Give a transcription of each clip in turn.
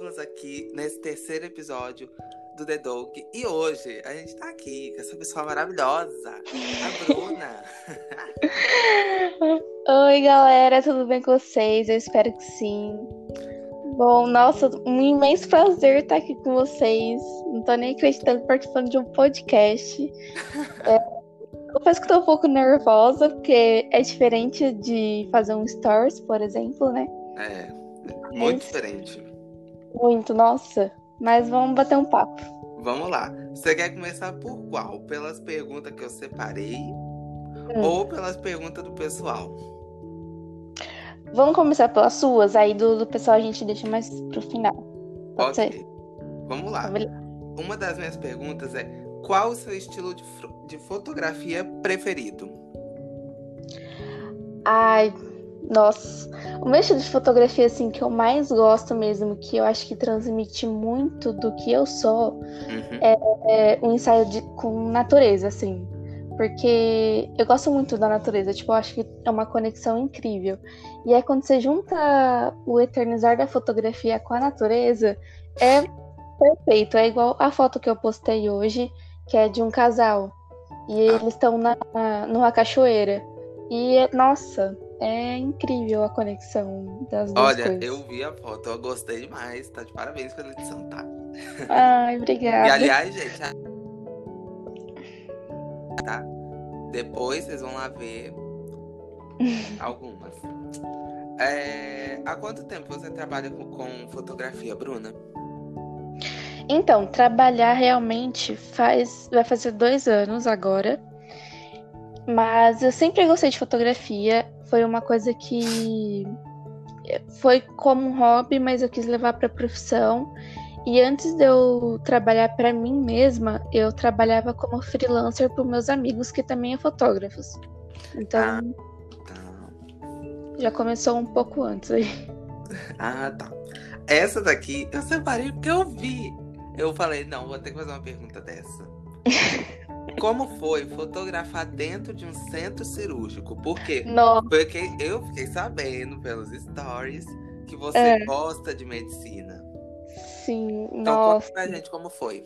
Douglas aqui nesse terceiro episódio do The Dog. E hoje a gente tá aqui com essa pessoa maravilhosa, a Bruna. Oi, galera, tudo bem com vocês? Eu espero que sim. Bom, nossa, um imenso prazer estar aqui com vocês. Não tô nem acreditando participando de um podcast. Confesso que tô um pouco nervosa, porque é diferente de fazer um stories, por exemplo, né? É, muito Mas diferente. muito, nossa. Mas vamos bater um papo. Vamos lá. Você quer começar por qual? Pelas perguntas que eu separei ou pelas perguntas do pessoal? Vamos começar pelas suas, aí do pessoal a gente deixa mais pro final. Pode ser? Ok, vamos lá. Então, beleza. Uma das minhas perguntas é: qual o seu estilo de fotografia preferido? Ai, nossa. O meu estilo de fotografia, assim, que eu mais gosto mesmo, que eu acho que transmite muito do que eu sou, Uhum. é um ensaio com natureza, assim. Porque eu gosto muito da natureza, tipo, eu acho que é uma conexão incrível. E aí, quando você junta o eternizar da fotografia com a natureza, é perfeito. É igual a foto que eu postei hoje, que é de um casal. E Ah, eles estão numa cachoeira. E, nossa, é incrível a conexão das duas olha, coisas. eu vi a foto, eu gostei demais. Tá de parabéns pela edição, tá? Ai, E obrigada. aliás, gente, tá? Depois vocês vão lá ver algumas. Há quanto tempo você trabalha com fotografia, Bruna? Então, trabalhar realmente vai fazer 2 anos agora. Mas eu sempre gostei de fotografia. Foi uma coisa que foi como um hobby, mas eu quis levar para profissão. E antes de eu trabalhar para mim mesma, eu trabalhava como freelancer para meus amigos que também são fotógrafos. Ah, Então, tá. já começou um pouco antes aí. Ah, tá. Essa daqui eu separei porque eu vi. Eu falei, não, vou ter que fazer uma pergunta dessa. Como foi fotografar dentro de um centro cirúrgico? Porque Nossa, eu fiquei sabendo pelos stories que você é, gosta de medicina. sim, Então conta nossa. pra gente como foi.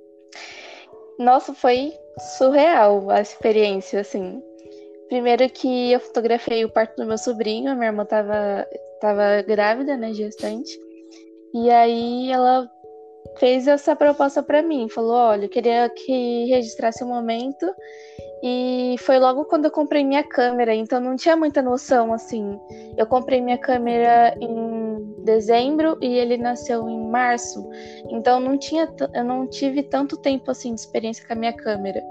Nossa, foi surreal a experiência, assim. Primeiro que eu fotografei o parto do meu sobrinho, a minha irmã tava grávida, né, gestante. E aí ela fez essa proposta pra mim, falou, olha, eu queria que registrasse o momento. E foi logo quando eu comprei minha câmera, então não tinha muita noção, assim. Eu comprei minha câmera em dezembro e ele nasceu em março. Então eu não tive tanto tempo assim de experiência com a minha câmera.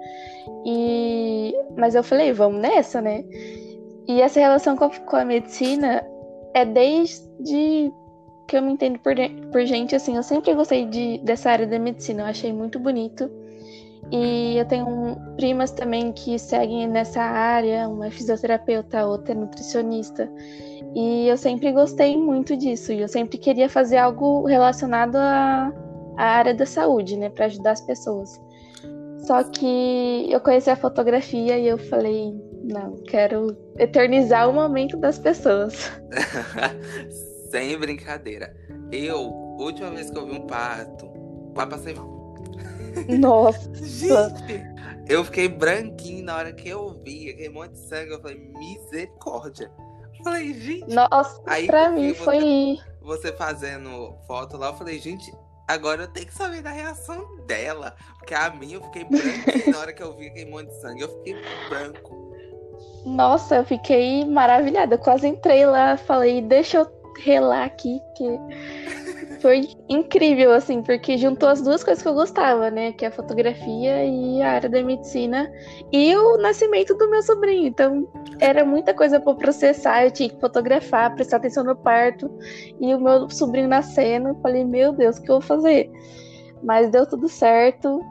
Mas eu falei, vamos nessa, né? E essa relação com a medicina é desde que eu me entendo por gente, assim, eu sempre gostei dessa área da medicina, eu achei muito bonito. E eu tenho primas também que seguem nessa área, uma é fisioterapeuta, outra é nutricionista. E eu sempre gostei muito disso, e eu sempre queria fazer algo relacionado à área da saúde, né, para ajudar as pessoas. Só que eu conheci a fotografia e eu falei, não, quero eternizar o momento das pessoas. Sem brincadeira. Última vez que eu vi um parto, quase passei mal. Nossa, Gente, eu fiquei branquinho na hora que eu vi aquele monte de sangue. Eu falei, misericórdia. Eu falei, gente. nossa, Aí que pra eu vi mim foi. você fazendo foto lá, eu falei, gente, agora eu tenho que saber da reação dela. Porque a minha eu fiquei branquinho na hora que eu vi aquele monte de sangue. Eu fiquei branco. Nossa, eu fiquei maravilhada. Eu quase entrei lá, falei, deixa eu relar aqui, que foi incrível, assim, porque juntou as duas coisas que eu gostava, né? Que é a fotografia e a área da medicina e o nascimento do meu sobrinho. Então, era muita coisa para processar. Eu tinha que fotografar, prestar atenção no parto e o meu sobrinho nascendo. Eu falei, meu Deus, o que eu vou fazer? Mas deu tudo certo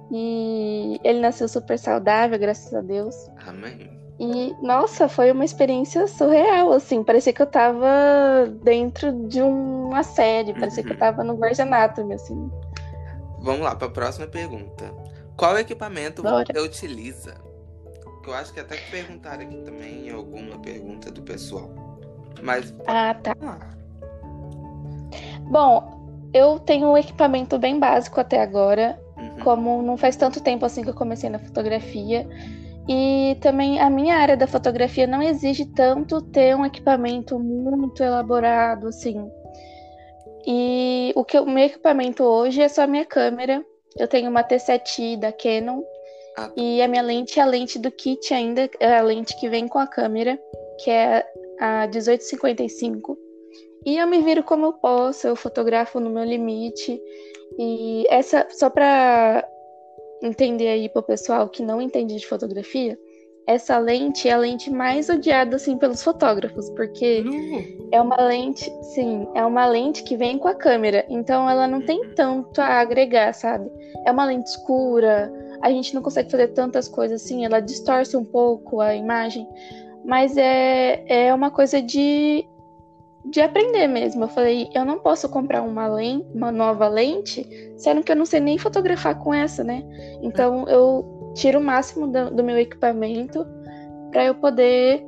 e ele nasceu super saudável, graças a Deus. Amém. E, nossa, foi uma experiência surreal, assim. Parecia que eu tava dentro de uma série, parecia que eu Uhum. tava no Grey's Anatomy, assim. Vamos lá para a próxima pergunta. Qual equipamento Adoro. você utiliza? Que eu acho que até que perguntaram aqui também em alguma pergunta do pessoal. Mas pode Ah, tá. falar. Bom, Eu tenho um equipamento bem básico até agora, Uhum. como não faz tanto tempo assim que eu comecei na fotografia. E também a minha área da fotografia não exige tanto ter um equipamento muito elaborado, assim. E o meu equipamento hoje é só a minha câmera. Eu tenho uma T7i da Canon. Ah, tá. E a minha lente é a lente do kit ainda, é a lente que vem com a câmera, que é a 1855. E eu me viro como eu posso, eu fotografo no meu limite. E essa, só para entender aí pro pessoal que não entende de fotografia, essa lente é a lente mais odiada assim pelos fotógrafos, porque é uma lente, sim, é uma lente que vem com a câmera, então ela não tem tanto a agregar, sabe? É uma lente escura, a gente não consegue fazer tantas coisas assim, ela distorce um pouco a imagem, mas é uma coisa de aprender mesmo. Eu falei, eu não posso comprar uma nova lente, sendo que eu não sei nem fotografar com essa, né? Então eu tiro o máximo do meu equipamento para eu poder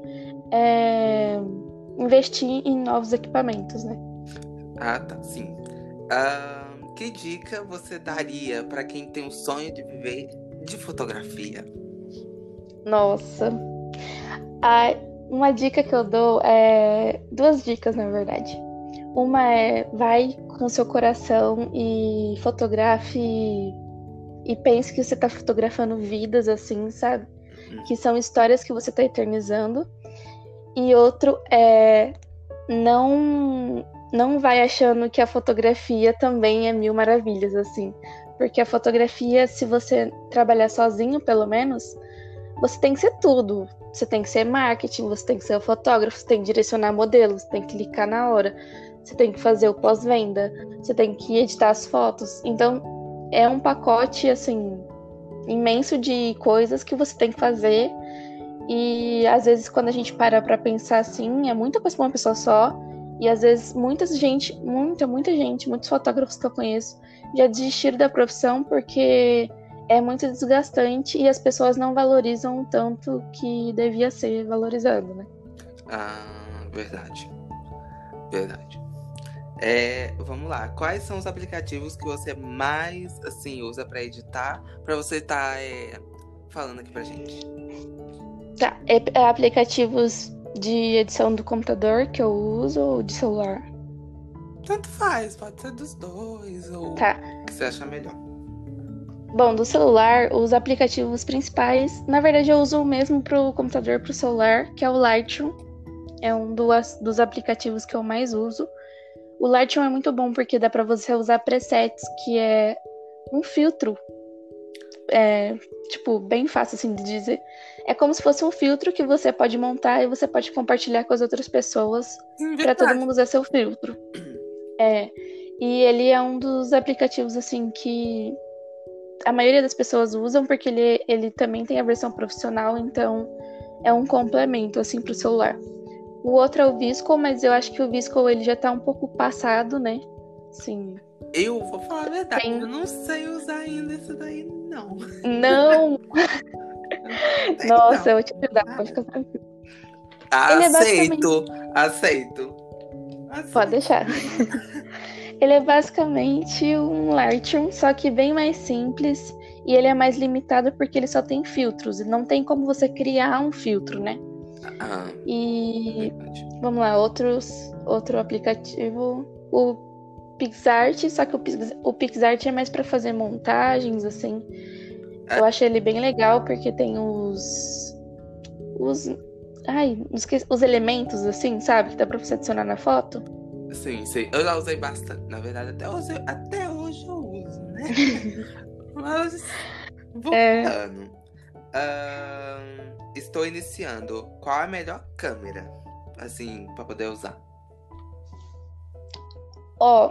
investir em novos equipamentos, né? Ah, tá, sim. Que dica você daria para quem tem o sonho de viver de fotografia? Nossa. Ah, uma dica que eu dou é. Duas dicas, na verdade. Uma é vai com seu coração e fotografe e pense que você tá fotografando vidas, assim, sabe? Que são histórias que você tá eternizando. E outro é não vai achando que a fotografia também é mil maravilhas, assim. Porque a fotografia, se você trabalhar sozinho, pelo menos, você tem que ser tudo. Você tem que ser marketing, você tem que ser o fotógrafo, você tem que direcionar modelos, você tem que clicar na hora, você tem que fazer o pós-venda, você tem que editar as fotos. Então, é um pacote, assim, imenso de coisas que você tem que fazer. E às vezes, quando a gente para pra pensar assim, é muita coisa pra uma pessoa só. E às vezes, muita gente, muitos fotógrafos que eu conheço já desistiram da profissão porque é muito desgastante e as pessoas não valorizam o tanto que devia ser valorizado, né? Verdade. Verdade. Vamos lá. Quais são os aplicativos que você mais assim usa para editar? Para você estar falando aqui pra gente. Tá, aplicativos de edição do computador que eu uso ou de celular? Tanto faz, pode ser dos dois ou Tá. o que você achar melhor. Bom, do celular, os aplicativos principais, na verdade eu uso o mesmo pro computador e pro celular, que é o Lightroom. É um dos aplicativos que eu mais uso. O Lightroom é muito bom porque dá pra você usar presets, que é um filtro, tipo, bem fácil assim de dizer. É como se fosse um filtro que você pode montar e você pode compartilhar com as outras pessoas para todo mundo usar seu filtro. E ele é um dos aplicativos assim que a maioria das pessoas usam porque ele também tem a versão profissional, então é um complemento assim pro celular. O outro é o Visco, mas eu acho que o Visco ele já tá um pouco passado, né? Sim. Eu vou falar a verdade, Tem... eu não sei usar ainda esse daí, não. Não! Sei, Nossa, não. eu vou te ajudar, pode ficar tranquilo. Ele é basicamente. Aceito, aceito. Pode deixar. Ele é basicamente um Lightroom, só que bem mais simples. E ele é mais limitado porque ele só tem filtros. E não tem como você criar um filtro, né? E Verdade. vamos lá, outro aplicativo. O PixArt, só que o PixArt é mais para fazer montagens, assim. Eu acho ele bem legal porque tem os elementos, assim, sabe? Que dá pra você adicionar na foto. Sim. Eu já usei bastante. Na verdade, até hoje eu uso, né? Mas voltando. Estou iniciando. Qual a melhor câmera, assim, pra poder usar? Ó,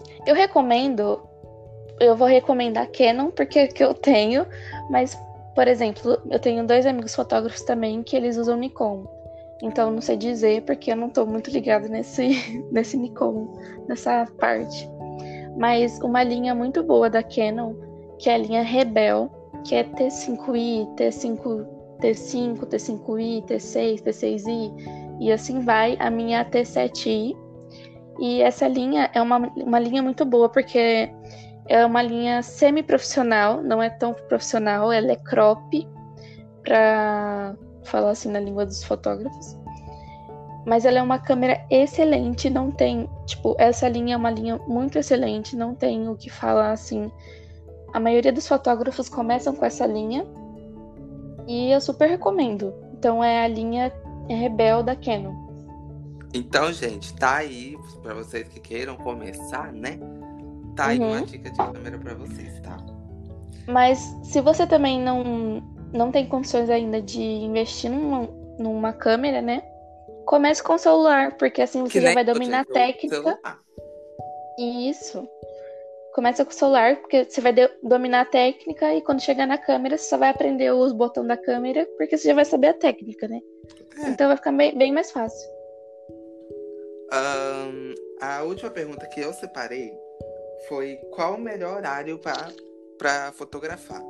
eu vou recomendar Canon, porque é que eu tenho, mas, por exemplo, eu tenho 2 amigos fotógrafos também que eles usam Nikon. Então, não sei dizer, porque eu não tô muito ligada nesse Nikon, nessa parte. Mas uma linha muito boa da Canon, que é a linha Rebel, que é T5i, T5, T5i, T6, T6i, e assim vai. A minha T7i. E essa linha é uma linha muito boa, porque é uma linha semi-profissional, não é tão profissional, ela é crop, pra falar assim na língua dos fotógrafos. Mas ela é uma câmera excelente, não tem, tipo, essa linha é uma linha muito excelente, não tem o que falar assim. A maioria dos fotógrafos começam com essa linha e eu super recomendo. Então é a linha Rebel da Canon. Então, gente, tá aí pra vocês que queiram começar, né? Tá aí uma dica de câmera pra vocês, tá? Mas se você também não tem condições ainda de investir numa câmera, né? Comece com o celular, porque assim você já vai dominar a técnica. Isso. Começa com o celular, porque você vai dominar a técnica e quando chegar na câmera, você só vai aprender os botões da câmera, porque você já vai saber a técnica, né? Então vai ficar bem mais fácil. A última pergunta que eu separei foi qual o melhor horário pra fotografar?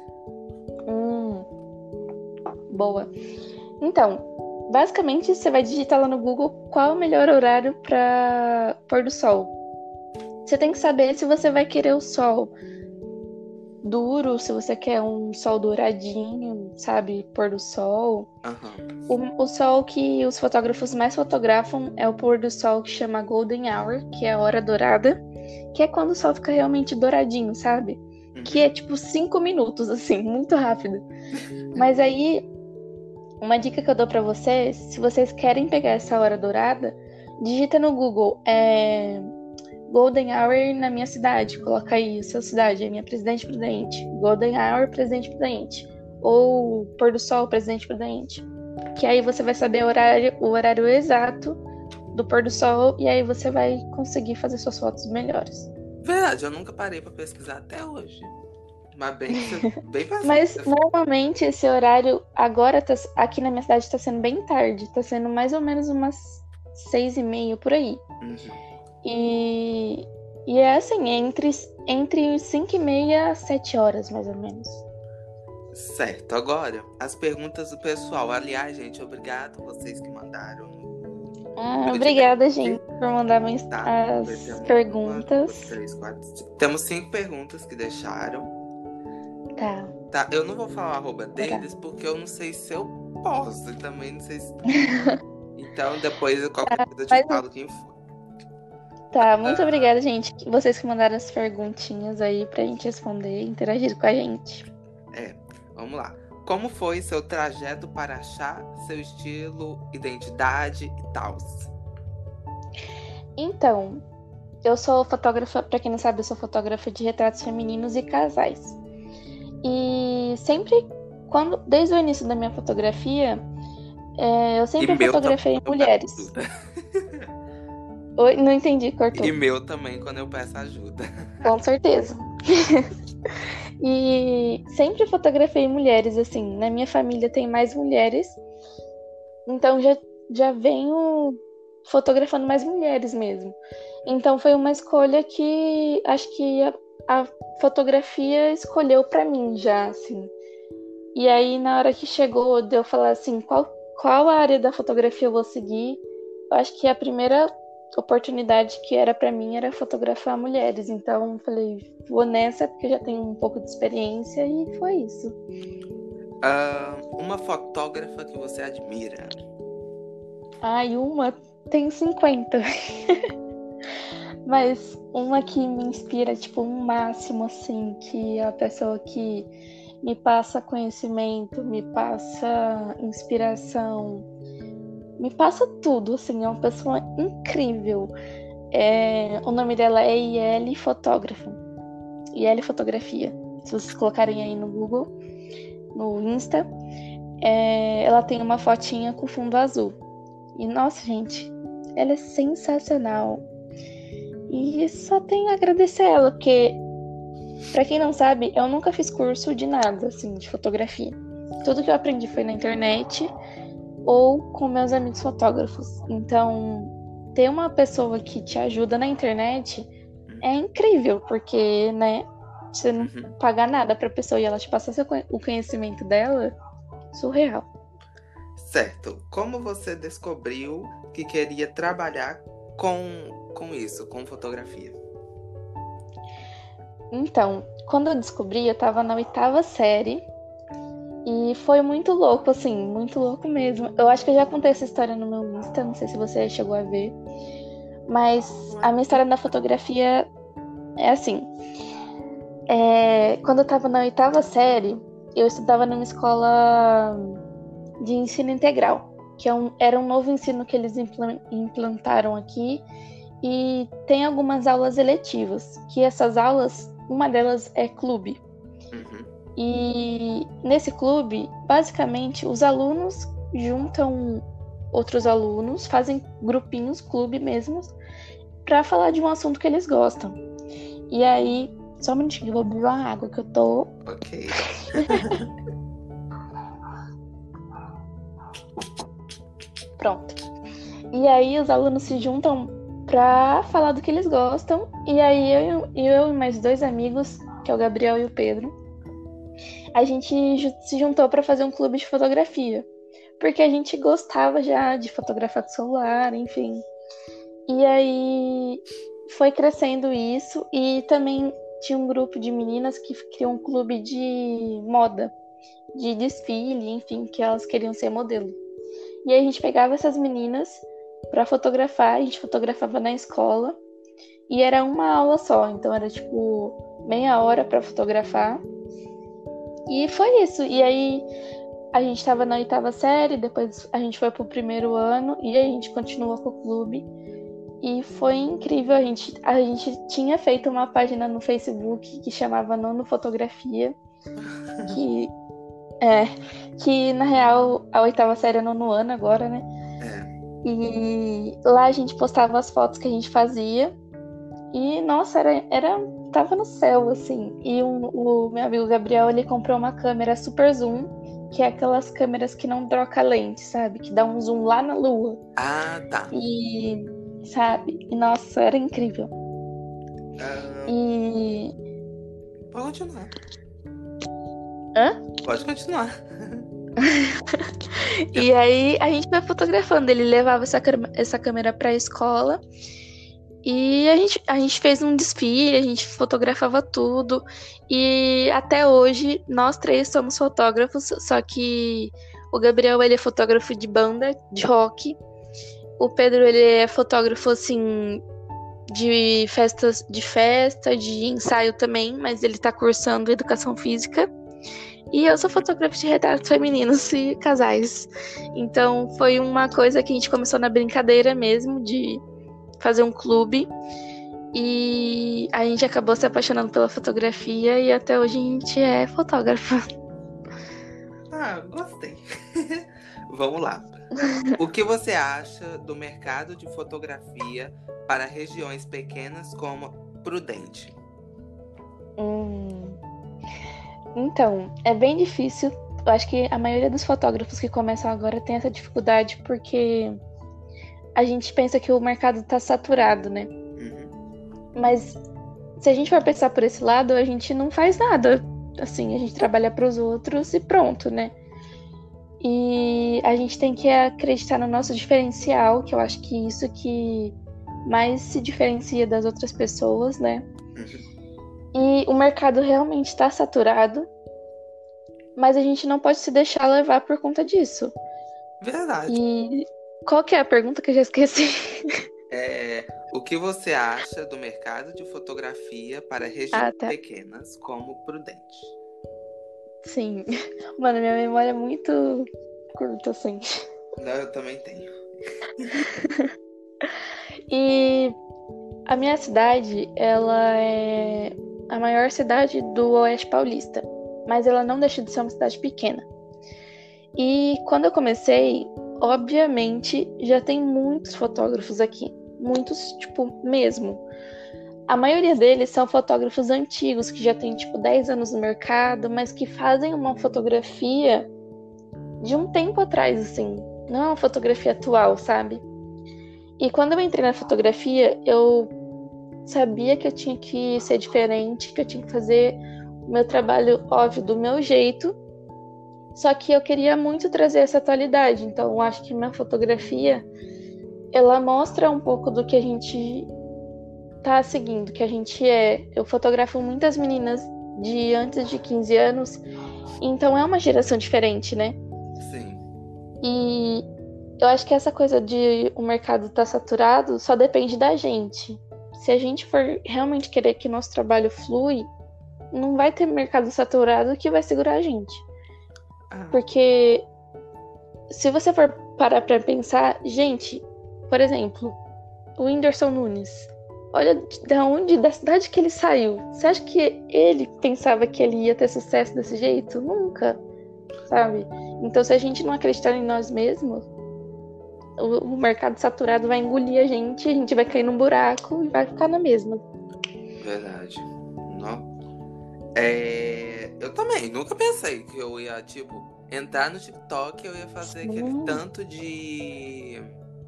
Boa. Então, basicamente, você vai digitar lá no Google qual é o melhor horário para pôr do sol. Você tem que saber se você vai querer o sol duro, se você quer um sol douradinho, sabe? Pôr do sol. O sol que os fotógrafos mais fotografam é o pôr do sol que chama Golden Hour, que é a hora dourada, que é quando o sol fica realmente douradinho, sabe? Que é tipo 5 minutos, assim, muito rápido. Mas aí, uma dica que eu dou pra vocês, se vocês querem pegar essa hora dourada, digita no Google Golden Hour na minha cidade, coloca aí a sua cidade, a minha Presidente Prudente, Golden Hour Presidente Prudente, ou Pôr do Sol Presidente Prudente, que aí você vai saber o horário exato do pôr do sol e aí você vai conseguir fazer suas fotos melhores. Verdade, eu nunca parei pra pesquisar até hoje. Mas bem fácil. Mas normalmente esse horário agora aqui na minha cidade tá sendo bem tarde, tá sendo mais ou menos umas 6:30 por aí. E é assim, entre 5:30 a 7 horas, mais ou menos. Certo, agora as perguntas do pessoal. Aliás, gente, obrigado vocês que mandaram. Obrigada, gente, por mandar as perguntas. 1, 2, 3, 4. Temos 5 perguntas que deixaram. Tá, eu não vou falar o arroba deles porque eu não sei se eu posso. E também não sei se. Então depois qualquer coisa eu te falo quem for. Tá, muito obrigada, gente. Vocês que mandaram as perguntinhas aí pra gente responder e interagir com a gente. Vamos lá. Como foi seu trajeto para achar seu estilo, identidade e tal? Então, eu sou fotógrafa, pra quem não sabe, eu sou fotógrafa de retratos femininos e casais. E sempre, desde o início da minha fotografia, eu sempre fotografei mulheres. Oi, não entendi, cortou. E meu também, quando eu peço ajuda. Com certeza. E sempre fotografei mulheres, assim. Na minha família tem mais mulheres. Então já venho fotografando mais mulheres mesmo. Então foi uma escolha que acho que a fotografia escolheu pra mim já, assim. E aí na hora que chegou de eu falar assim, qual área da fotografia eu vou seguir, eu acho que a primeira oportunidade que era pra mim era fotografar mulheres. Então falei, vou nessa porque eu já tenho um pouco de experiência e foi isso. Uma fotógrafa que você admira? Tenho 50. Mas uma que me inspira, tipo, um máximo, assim, que é a pessoa que me passa conhecimento, me passa inspiração, me passa tudo, assim, é uma pessoa incrível. O nome dela é IL Fotógrafa. IL Fotografia. Se vocês colocarem aí no Google, no Insta, ela tem uma fotinha com fundo azul. E, nossa, gente, ela é sensacional. E só tenho a agradecer a ela, porque, pra quem não sabe, eu nunca fiz curso de nada, assim, de fotografia. Tudo que eu aprendi foi na internet ou com meus amigos fotógrafos. Então, ter uma pessoa que te ajuda na internet é incrível, porque, né, você não paga nada pra pessoa e ela te passa o conhecimento dela, surreal. Certo. Como você descobriu que queria trabalhar com com isso, com fotografia? Então, quando eu descobri, eu tava na 8ª série e foi muito louco, assim, muito louco mesmo. Eu acho que eu já contei essa história no meu Insta, não sei se você chegou a ver, mas a minha história na fotografia é assim. Quando eu tava na 8ª série, eu estudava numa escola de ensino integral, que era um novo ensino que eles implantaram aqui, e tem algumas aulas eletivas, que essas aulas, uma delas é clube. Uhum. E nesse clube, basicamente, os alunos juntam outros alunos, fazem grupinhos, clube mesmo, pra falar de um assunto que eles gostam. E aí, só um minutinho, eu vou beber uma água que eu tô. Ok. Pronto. E aí, os alunos se juntam pra falar do que eles gostam. E aí, eu e mais 2 amigos, que é o Gabriel e o Pedro, a gente se juntou pra fazer um clube de fotografia. Porque a gente gostava já de fotografar com celular, enfim. E aí foi crescendo isso. E também tinha um grupo de meninas que criou um clube de moda, de desfile, enfim, que elas queriam ser modelo. E aí a gente pegava essas meninas pra fotografar, a gente fotografava na escola. E era uma aula só, então era tipo meia hora pra fotografar. E foi isso. E aí a gente tava na 8ª série, depois a gente foi pro 1º ano e a gente continuou com o clube. E foi incrível, a gente tinha feito uma página no Facebook que chamava Nono Fotografia, que na real a 8ª série é 9º ano agora, né? É. E lá a gente postava as fotos que a gente fazia e, nossa, tava no céu, assim. E o meu amigo Gabriel, ele comprou uma câmera super zoom, que é aquelas câmeras que não troca lente, sabe? Que dá um zoom lá na lua. Ah, tá. E, sabe? E, nossa, era incrível. E... Pode continuar. Hã? Pode continuar. E aí a gente foi fotografando. Ele levava essa câmera pra escola. E a gente fez um desfile, a gente fotografava tudo. E até hoje, nós 3 somos fotógrafos. Só que o Gabriel, ele é fotógrafo de banda, de rock. O Pedro, ele é fotógrafo, assim, de festa, de ensaio também. Mas ele tá cursando educação física. E eu sou fotógrafa de retratos femininos e casais. Então foi uma coisa que a gente começou na brincadeira mesmo, de fazer um clube. E a gente acabou se apaixonando pela fotografia e até hoje a gente é fotógrafa. Ah, gostei. Vamos lá. O que você acha do mercado de fotografia para regiões pequenas como Prudente? Então, é bem difícil. Eu acho que a maioria dos fotógrafos que começam agora tem essa dificuldade porque a gente pensa que o mercado tá saturado, né? Uhum. Mas se a gente for pensar por esse lado, a gente não faz nada. Assim, a gente trabalha para os outros e pronto, né? E a gente tem que acreditar no nosso diferencial, que eu acho que isso que mais se diferencia das outras pessoas, né? Uhum. E o mercado realmente está saturado, mas a gente não pode se deixar levar por conta disso. Verdade. E qual que é a pergunta que eu já esqueci? O que você acha do mercado de fotografia para regiões pequenas como Prudente? Sim. Mano, minha memória é muito curta, assim. Não, eu também tenho. E a minha cidade, ela é a maior cidade do Oeste Paulista, mas ela não deixa de ser uma cidade pequena. E quando eu comecei, obviamente, já tem muitos fotógrafos aqui. Muitos, tipo, mesmo. A maioria deles são fotógrafos antigos, que já têm, tipo, 10 anos no mercado, mas que fazem uma fotografia de um tempo atrás, assim. Não é uma fotografia atual, sabe? E quando eu entrei na fotografia, eu sabia que eu tinha que ser diferente, que eu tinha que fazer o meu trabalho, óbvio, do meu jeito. Só que eu queria muito trazer essa atualidade. Então, eu acho que minha fotografia, ela mostra um pouco do que a gente tá seguindo, que a gente é. Eu fotografo muitas meninas de antes de 15 anos, então é uma geração diferente, né? Sim. E eu acho que essa coisa de o mercado tá saturado só depende da gente. Se a gente for realmente querer que nosso trabalho flui, não vai ter mercado saturado que vai segurar a gente. Porque se você for parar pra pensar, gente, por exemplo, o Whindersson Nunes, olha da cidade que ele saiu. Você acha que ele pensava que ele ia ter sucesso desse jeito? Nunca, sabe? Então, se a gente não acreditar em nós mesmos, o mercado saturado vai engolir a gente vai cair num buraco e vai ficar na mesma. Verdade. Não. Eu também nunca pensei que eu ia, tipo, entrar no TikTok e eu ia fazer aquele tanto de.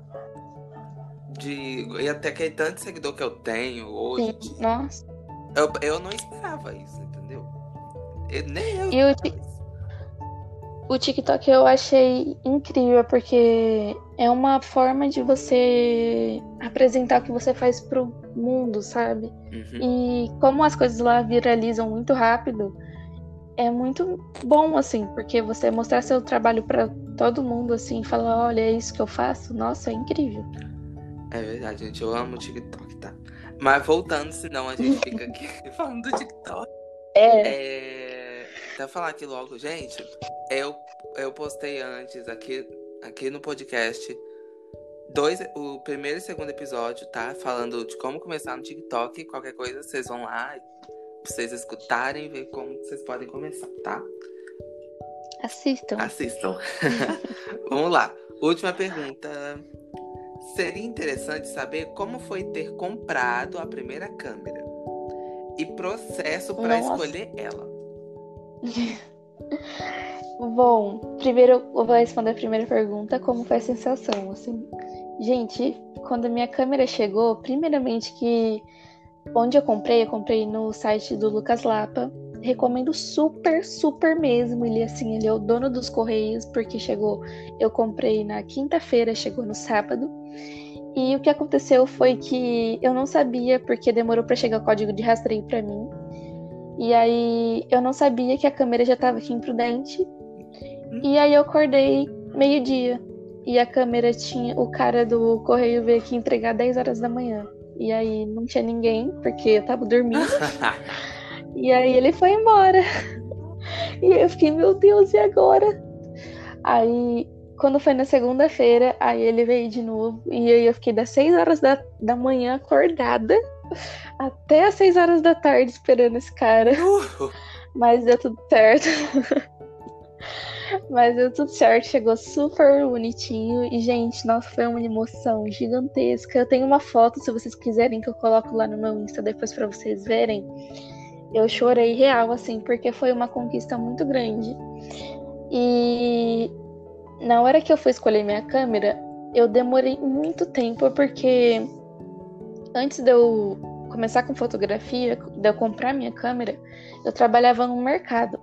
Ia ter aquele tanto de seguidor que eu tenho hoje. Sim, nossa. Eu não esperava isso, entendeu? Nem eu E esperava isso. o TikTok eu achei incrível, porque é uma forma de você apresentar o que você faz pro mundo, sabe? E como as coisas lá viralizam muito rápido, é muito bom, assim, porque você mostrar seu trabalho pra todo mundo, assim, falar, olha, é isso que eu faço, nossa, é incrível. É verdade, gente, eu amo o TikTok, tá? Mas voltando, senão a gente fica aqui falando do TikTok. Até falar aqui logo, gente, eu postei antes aqui no podcast o primeiro e segundo episódio, tá? Falando de como começar no TikTok. Qualquer coisa, vocês vão lá, pra vocês escutarem, ver como vocês podem começar, tá? Assistam. Vamos lá. Última pergunta. Seria interessante saber como foi ter comprado a primeira câmera e processo para escolher ela. Bom, primeiro eu vou responder a primeira pergunta, como foi a sensação, assim. Gente, quando a minha câmera chegou, primeiramente que onde eu comprei no site do Lucas Lapa. Recomendo super, super mesmo. Ele é o dono dos correios, porque eu comprei na quinta-feira, chegou no sábado. E o que aconteceu foi que eu não sabia, porque demorou para chegar o código de rastreio para mim. E aí eu não sabia que a câmera já estava aqui imprudente. E aí eu acordei meio-dia. E a câmera o cara do correio veio aqui entregar 10 horas da manhã. E aí não tinha ninguém, porque eu tava dormindo. E aí ele foi embora. E eu fiquei, meu Deus, e agora? Aí, quando foi na segunda-feira, aí ele veio de novo. E aí eu fiquei das 6 horas da manhã acordada até as 6 horas da tarde esperando esse cara. Mas deu tudo certo. Chegou super bonitinho. E, gente, nossa, foi uma emoção gigantesca. Eu tenho uma foto, se vocês quiserem, que eu coloco lá no meu Insta depois pra vocês verem. Eu chorei real, assim, porque foi uma conquista muito grande. E na hora que eu fui escolher minha câmera, eu demorei muito tempo, porque antes de eu começar com fotografia, de eu comprar minha câmera, eu trabalhava no mercado.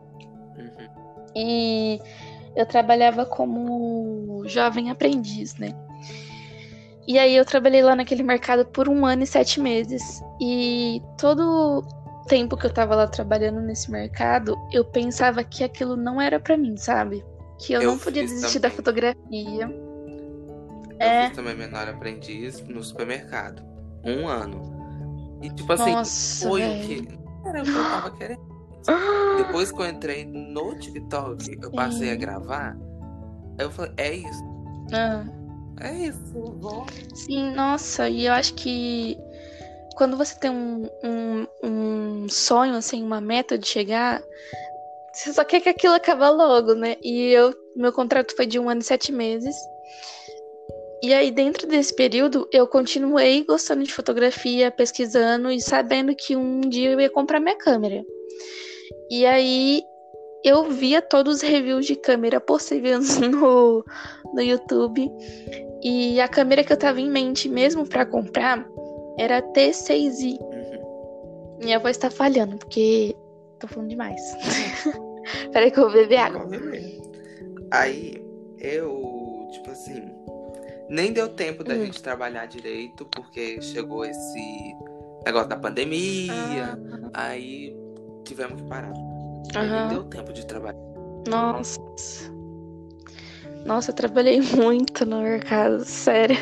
E eu trabalhava como jovem aprendiz, né? E aí eu trabalhei lá naquele mercado por 1 ano e 7 meses. E todo o tempo que eu tava lá trabalhando nesse mercado, eu pensava que aquilo não era pra mim, sabe? Que eu não podia desistir da fotografia. Eu fiz também menor aprendiz no supermercado. 1 ano. E tipo assim, nossa, foi o que eu tava querendo. Depois que eu entrei no TikTok, eu passei a gravar. Aí eu falei, é isso. É isso. Sim, nossa, e eu acho que quando você tem um sonho, assim, uma meta de chegar, você só quer que aquilo acabe logo, né? E meu contrato foi de 1 ano e 7 meses. E aí, dentro desse período, eu continuei gostando de fotografia, pesquisando e sabendo que um dia eu ia comprar minha câmera. E aí, eu via todos os reviews de câmera possíveis no YouTube. E a câmera que eu tava em mente mesmo pra comprar era a T6i. Minha voz tá falhando, porque tô falando demais. Peraí que eu vou beber água. Aí, tipo assim, nem deu tempo da gente trabalhar direito, porque chegou esse Negócio da Ah, pandemia. Aí tivemos que parar. Aí nem aham. deu tempo de trabalhar. Nossa. Nossa, eu trabalhei muito no mercado, sério.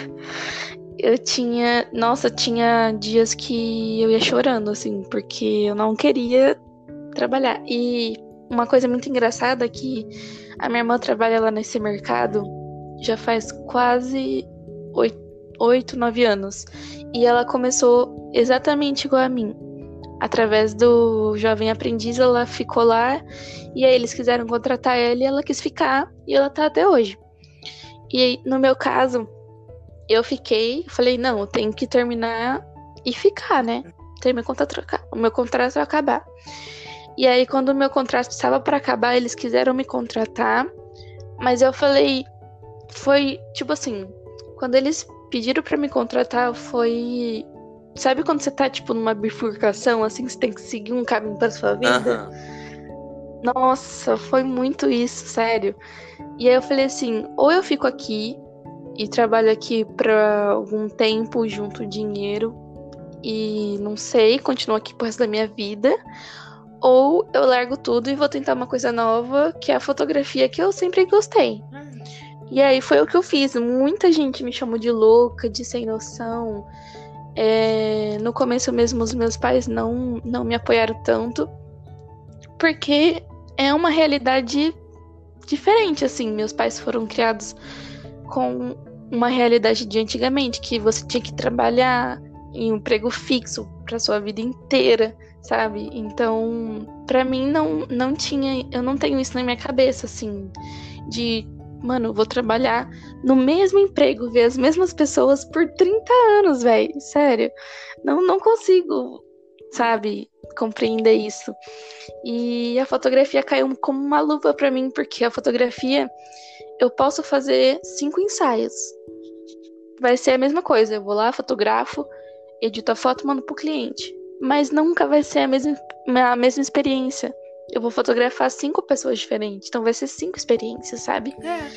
Tinha dias que eu ia chorando, assim, porque eu não queria trabalhar. E uma coisa muito engraçada é que a minha irmã trabalha lá nesse mercado já faz quase 8, 9 anos. E ela começou exatamente igual a mim. Através do Jovem Aprendiz, ela ficou lá e aí eles quiseram contratar ela e ela quis ficar e ela tá até hoje. E aí, no meu caso, eu falei, não, eu tenho que terminar e ficar, né? Tem o meu contrato vai acabar. E aí, quando o meu contrato estava para acabar, eles quiseram me contratar, mas eu falei, foi tipo assim, quando eles pediram para me contratar, foi. Sabe quando você tá, tipo, numa bifurcação, assim, você tem que seguir um caminho pra sua vida? Aham. Nossa, foi muito isso, sério. E aí eu falei assim, ou eu fico aqui e trabalho aqui pra algum tempo, junto dinheiro e não sei, continuo aqui pro resto da minha vida, ou eu largo tudo e vou tentar uma coisa nova, que é a fotografia que eu sempre gostei. E aí foi o que eu fiz. Muita gente me chamou de louca, de sem noção. No começo mesmo, os meus pais não me apoiaram tanto, porque é uma realidade diferente, assim. Meus pais foram criados com uma realidade de antigamente, que você tinha que trabalhar em um emprego fixo para sua vida inteira, sabe? Então, para mim não tinha, eu não tenho isso na minha cabeça assim, de, mano, eu vou trabalhar no mesmo emprego, ver as mesmas pessoas por 30 anos, velho. Sério. Não consigo, sabe, compreender isso. E a fotografia caiu como uma luva para mim, porque a fotografia eu posso fazer 5 ensaios. Vai ser a mesma coisa. Eu vou lá, fotografo, edito a foto e mando pro cliente. Mas nunca vai ser a mesma experiência. Eu vou fotografar 5 pessoas diferentes. Então vai ser 5 experiências, sabe?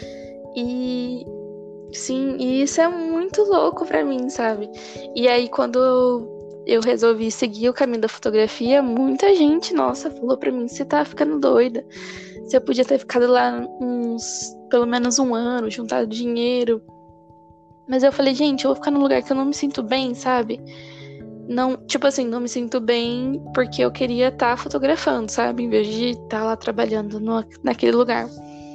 E sim, e isso é muito louco pra mim, sabe? E aí quando eu resolvi seguir o caminho da fotografia, muita gente, nossa, falou pra mim, você tá ficando doida. Você podia ter ficado lá pelo menos um ano, juntado dinheiro. Mas eu falei, gente, eu vou ficar num lugar que eu não me sinto bem, sabe? Não, tipo assim, não me sinto bem porque eu queria estar fotografando, sabe? Em vez de estar lá trabalhando naquele lugar.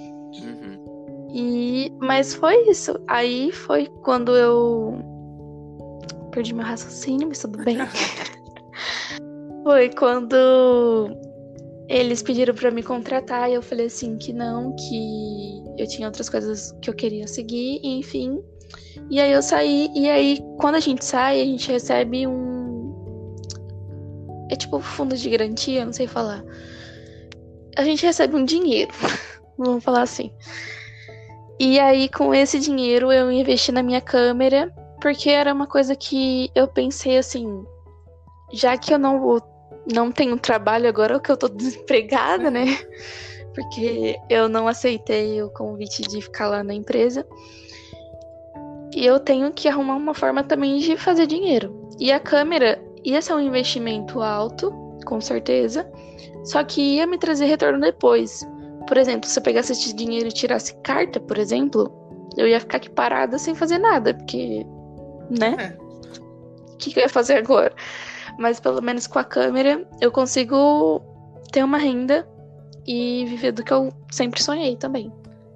Mas foi isso. Aí foi quando eu perdi meu raciocínio, mas tudo bem. Foi quando eles pediram pra me contratar e eu falei assim que não, que eu tinha outras coisas que eu queria seguir, enfim. E aí eu saí, e aí quando a gente sai, a gente recebe é tipo fundo de garantia, não sei falar. A gente recebe um dinheiro, vamos falar assim. E aí com esse dinheiro eu investi na minha câmera, porque era uma coisa que eu pensei assim, já que eu não tenho trabalho agora, que eu tô desempregada, né? Porque eu não aceitei o convite de ficar lá na empresa. E eu tenho que arrumar uma forma também de fazer dinheiro. E a câmera ia ser um investimento alto, com certeza, só que ia me trazer retorno depois. Por exemplo, se eu pegasse esse dinheiro e tirasse carta, por exemplo, eu ia ficar aqui parada sem fazer nada, porque, né? O que eu ia fazer agora? Mas pelo menos com a câmera eu consigo ter uma renda e viver do que eu sempre sonhei também.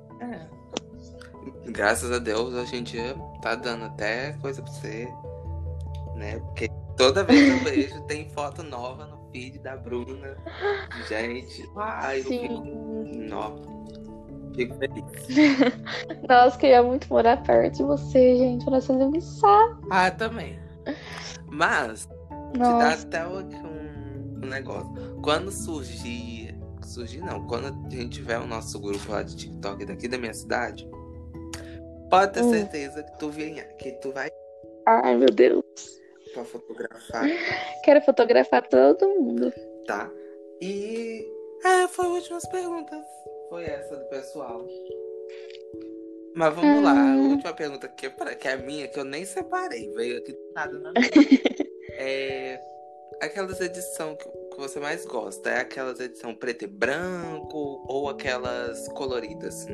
Graças a Deus, hoje em dia tá dando até coisa pra você, né? Porque toda vez que eu vejo, tem foto nova no feed da Bruna. Gente, ai, eu fico. Nossa, fico feliz. Nossa, queria muito morar perto de você, gente, pra fazer um saco. Ah, também. Mas, te dá até um negócio. Quando surgir não, quando a gente tiver o nosso grupo lá de TikTok daqui da minha cidade, pode ter certeza que tu vai. Ai, meu Deus. Pra fotografar. Quero fotografar todo mundo. Tá. E foi as últimas perguntas. Foi essa do pessoal. Mas vamos lá. A última pergunta que é a minha, que eu nem separei. Veio aqui do nada na minha. É, aquelas edições que você mais gosta, é aquelas edições preto e branco ou aquelas coloridas?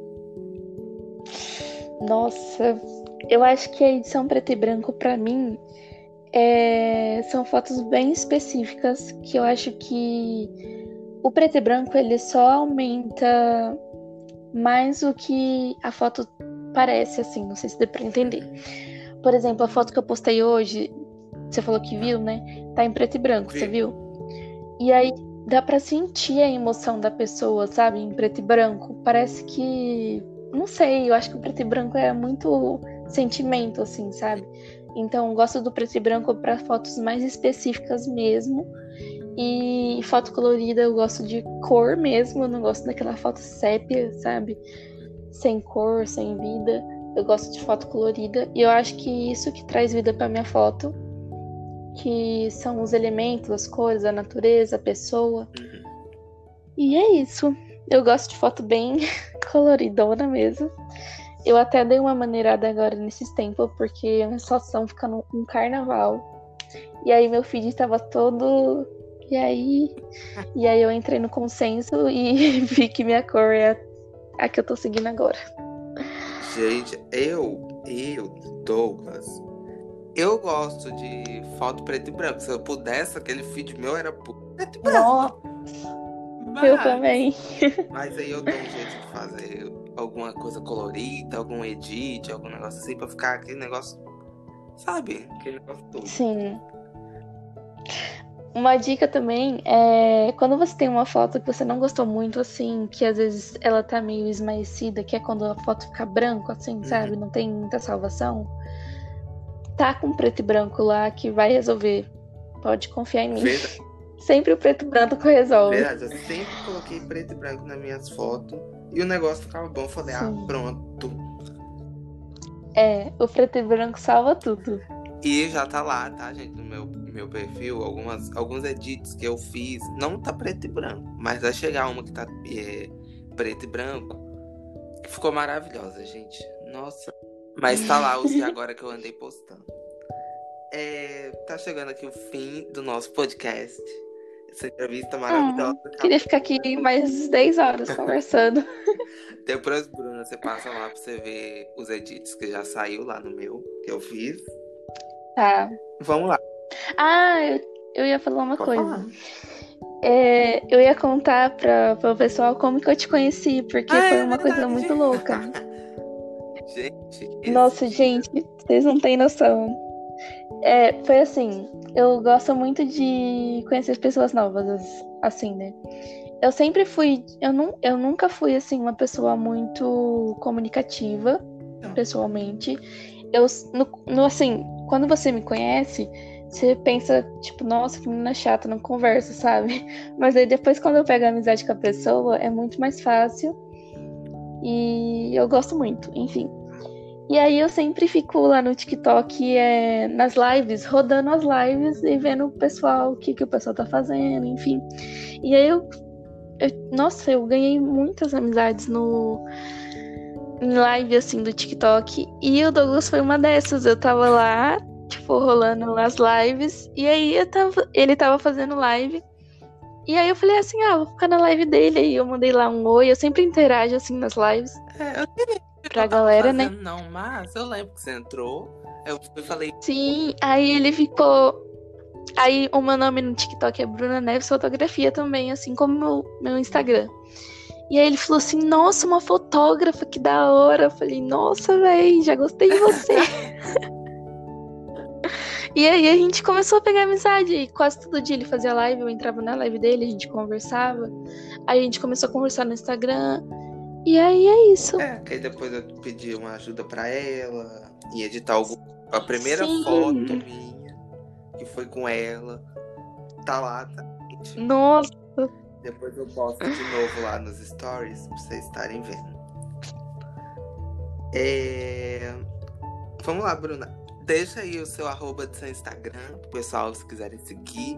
Nossa, eu acho que a edição preto e branco, pra mim, são fotos bem específicas que eu acho que o preto e branco ele só aumenta mais o que a foto parece, assim, não sei se deu pra entender. Por exemplo, a foto que eu postei hoje, você falou que viu, né? Tá em preto e branco, você viu? E aí dá pra sentir a emoção da pessoa, sabe? Em preto e branco. Parece que, não sei, eu acho que o preto e branco é muito sentimento, assim, sabe? Então, eu gosto do preto e branco para fotos mais específicas mesmo. E foto colorida eu gosto de cor mesmo, eu não gosto daquela foto sépia, sabe? Sem cor, sem vida. Eu gosto de foto colorida. E eu acho que isso que traz vida pra minha foto, que são os elementos, as cores, a natureza, a pessoa. E é isso. Eu gosto de foto bem coloridona mesmo. Eu até dei uma maneirada agora nesses tempos, porque a minha situação fica um carnaval. E aí meu feed tava todo. E aí eu entrei no consenso e vi que minha cor é a que eu tô seguindo agora. Gente, Douglas, eu gosto de foto preto e branco. Se eu pudesse, aquele feed meu era preto e branco. Eu também. Mas aí eu dou um jeito de fazer alguma coisa colorida, algum edit, algum negócio assim, pra ficar aquele negócio, sabe? Aquele negócio todo. Sim. Uma dica também é quando você tem uma foto que você não gostou muito, assim, que às vezes ela tá meio esmaecida, que é quando a foto fica branco, assim, sabe? Não tem muita salvação. Tá com preto e branco lá que vai resolver. Pode confiar em mim. Verdade. Sempre o preto e branco resolve. Verdade, eu sempre coloquei preto e branco nas minhas fotos e o negócio ficava bom. Eu falei, pronto. O preto e branco salva tudo. E já tá lá, tá, gente, no meu perfil, alguns edits que eu fiz. Não tá preto e branco, mas vai chegar uma que tá preto e branco, que ficou maravilhosa, gente. Nossa. Mas tá lá os de agora que eu andei postando. Tá chegando aqui o fim do nosso podcast. Essa entrevista maravilhosa. Queria ficar aqui mais 10 horas conversando. Depois, Bruna, você passa lá pra você ver os edits que já saiu lá no meu, que eu fiz. Tá. Vamos lá. Eu ia falar uma Pode coisa. falar. Eu ia contar para o pessoal como que eu te conheci, porque foi uma coisa muito louca. Gente. Nossa, gente, vocês não têm noção. Foi assim, eu gosto muito de conhecer pessoas novas, assim, né? Eu sempre fui, eu nunca fui, assim, uma pessoa muito comunicativa, pessoalmente. Assim, quando você me conhece, você pensa, tipo, nossa, que menina chata, não conversa, sabe? Mas aí depois, quando eu pego a amizade com a pessoa, é muito mais fácil. E eu gosto muito, enfim. E aí eu sempre fico lá no TikTok, nas lives, rodando as lives e vendo o pessoal, o que o pessoal tá fazendo, enfim. E aí nossa, eu ganhei muitas amizades em live, assim, do TikTok. E o Douglas foi uma dessas. Eu tava lá, tipo, rolando as lives. E aí ele tava fazendo live. E aí eu falei assim, vou ficar na live dele. Aí eu mandei lá um oi. Eu sempre interajo, assim, nas lives. Eu queria pra galera, né? Não, mas eu lembro que você entrou. Eu falei... Sim, aí ele ficou... Aí o meu nome no TikTok é Bruna Neves Fotografia também, assim como meu Instagram. E aí ele falou assim, nossa, uma fotógrafa, que da hora. Eu falei, nossa, véi, já gostei de você. E aí a gente começou a pegar amizade. E quase todo dia ele fazia live, eu entrava na live dele, a gente conversava. Aí a gente começou a conversar no Instagram. E aí é isso. Que aí depois eu pedi uma ajuda pra ela em editar a primeira foto minha, que foi com ela. Tá lá, tá? Nossa. Depois eu posto de novo lá nos stories pra vocês estarem vendo. Vamos lá, Bruna. Deixa aí o seu @, do seu Instagram, pro pessoal, se quiserem seguir.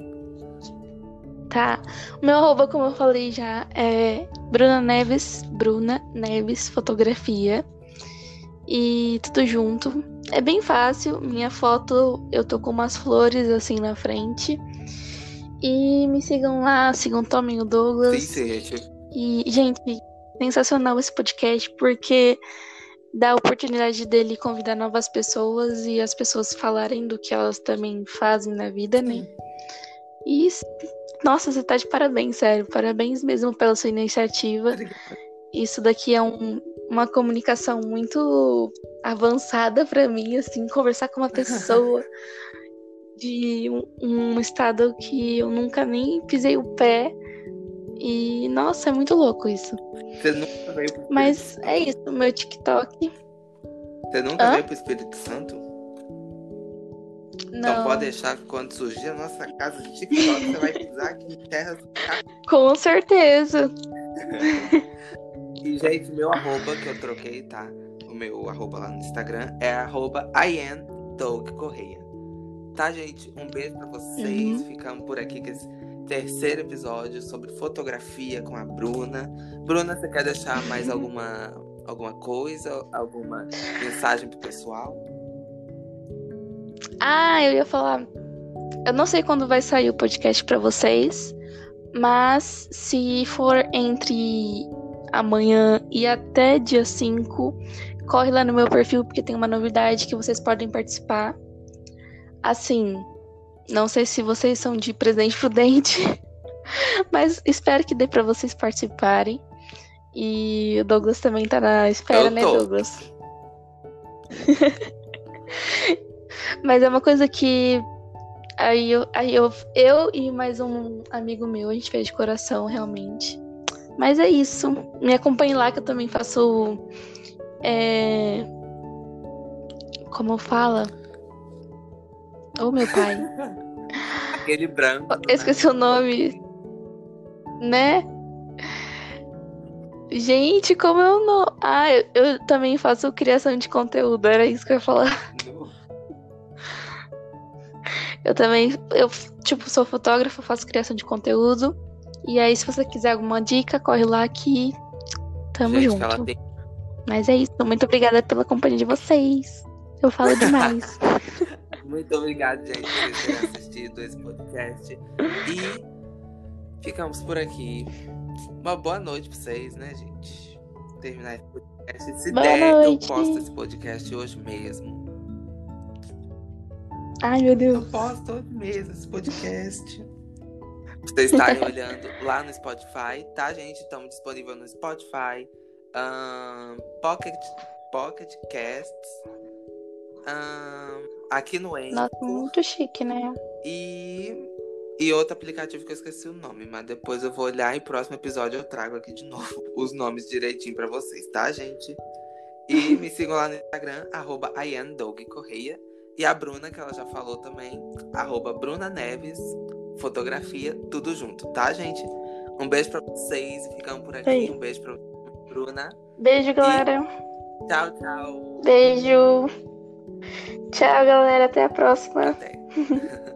Tá. O meu @, como eu falei já, é Bruna Neves Fotografia. E tudo junto. É bem fácil. Minha foto, eu tô com umas flores assim na frente. E me sigam lá, sigam Tommy e o Douglas. Sim, gente. E, gente, sensacional esse podcast, porque dá a oportunidade dele convidar novas pessoas e as pessoas falarem do que elas também fazem na vida, né? E, nossa, você tá de parabéns, sério. Parabéns mesmo pela sua iniciativa. Obrigada. Isso daqui é uma comunicação muito avançada pra mim, assim, conversar com uma pessoa de um estado que eu nunca nem pisei o pé. E, nossa, é muito louco isso. Você nunca veio pro Espírito Mas Santo? é isso, meu TikTok. Você nunca veio pro Espírito Santo? Então Não, pode deixar que quando surgir a nossa casa de TikTok, você vai pisar aqui em terras. com certeza. E, gente, meu arroba que eu troquei, tá? O meu arroba lá no Instagram é @IamDougCorreia. Tá, gente? Um beijo pra vocês. Ficamos por aqui com esse terceiro episódio sobre fotografia com a Bruna. Bruna, você quer deixar mais alguma coisa? Alguma mensagem pro pessoal? Ah, eu ia falar. Eu não sei quando vai sair o podcast pra vocês, mas se for entre amanhã e até dia 5, corre lá no meu perfil, porque tem uma novidade que vocês podem participar. Assim, não sei se vocês são de Presidente Prudente, mas espero que dê pra vocês participarem. E o Douglas também tá na espera, né, Douglas? Mas é uma coisa que eu e mais um amigo meu, a gente fez de coração, realmente. Mas é isso. Me acompanhe lá que eu também faço. Como fala? Ô, meu pai. Aquele branco. Eu esqueci o nome. Né? Gente, como é o nome? Ah, eu também faço criação de conteúdo. Era isso que eu ia falar. Eu também, tipo, sou fotógrafa, faço criação de conteúdo. E aí, se você quiser alguma dica, corre lá que tamo Gente, junto. ela tem... Mas é isso, muito obrigada pela companhia de vocês. Eu falo demais. Muito obrigado, gente, por terem assistido esse podcast. E ficamos por aqui. Uma boa noite pra vocês, né, gente? Terminar esse podcast. Se Boa der, noite. eu posto esse podcast hoje mesmo. Ai, meu Deus. Eu posto hoje mesmo esse podcast. Vocês estarem olhando lá no Spotify, tá, gente? Estamos disponíveis no Spotify, Pocket Casts, aqui no Anchor. Nossa, muito chique, né? E outro aplicativo que eu esqueci o nome, mas depois eu vou olhar e no próximo episódio eu trago aqui de novo os nomes direitinho pra vocês, tá, gente? E me sigam lá no Instagram, @IamDougCorreia. E a Bruna, que ela já falou também, @BrunaNeves, fotografia, tudo junto, tá, gente? Um beijo pra vocês e ficamos por aqui. Sim. Um beijo pra Bruna. Beijo, galera. Tchau, tchau. Beijo. Tchau, galera. Até a próxima. Até.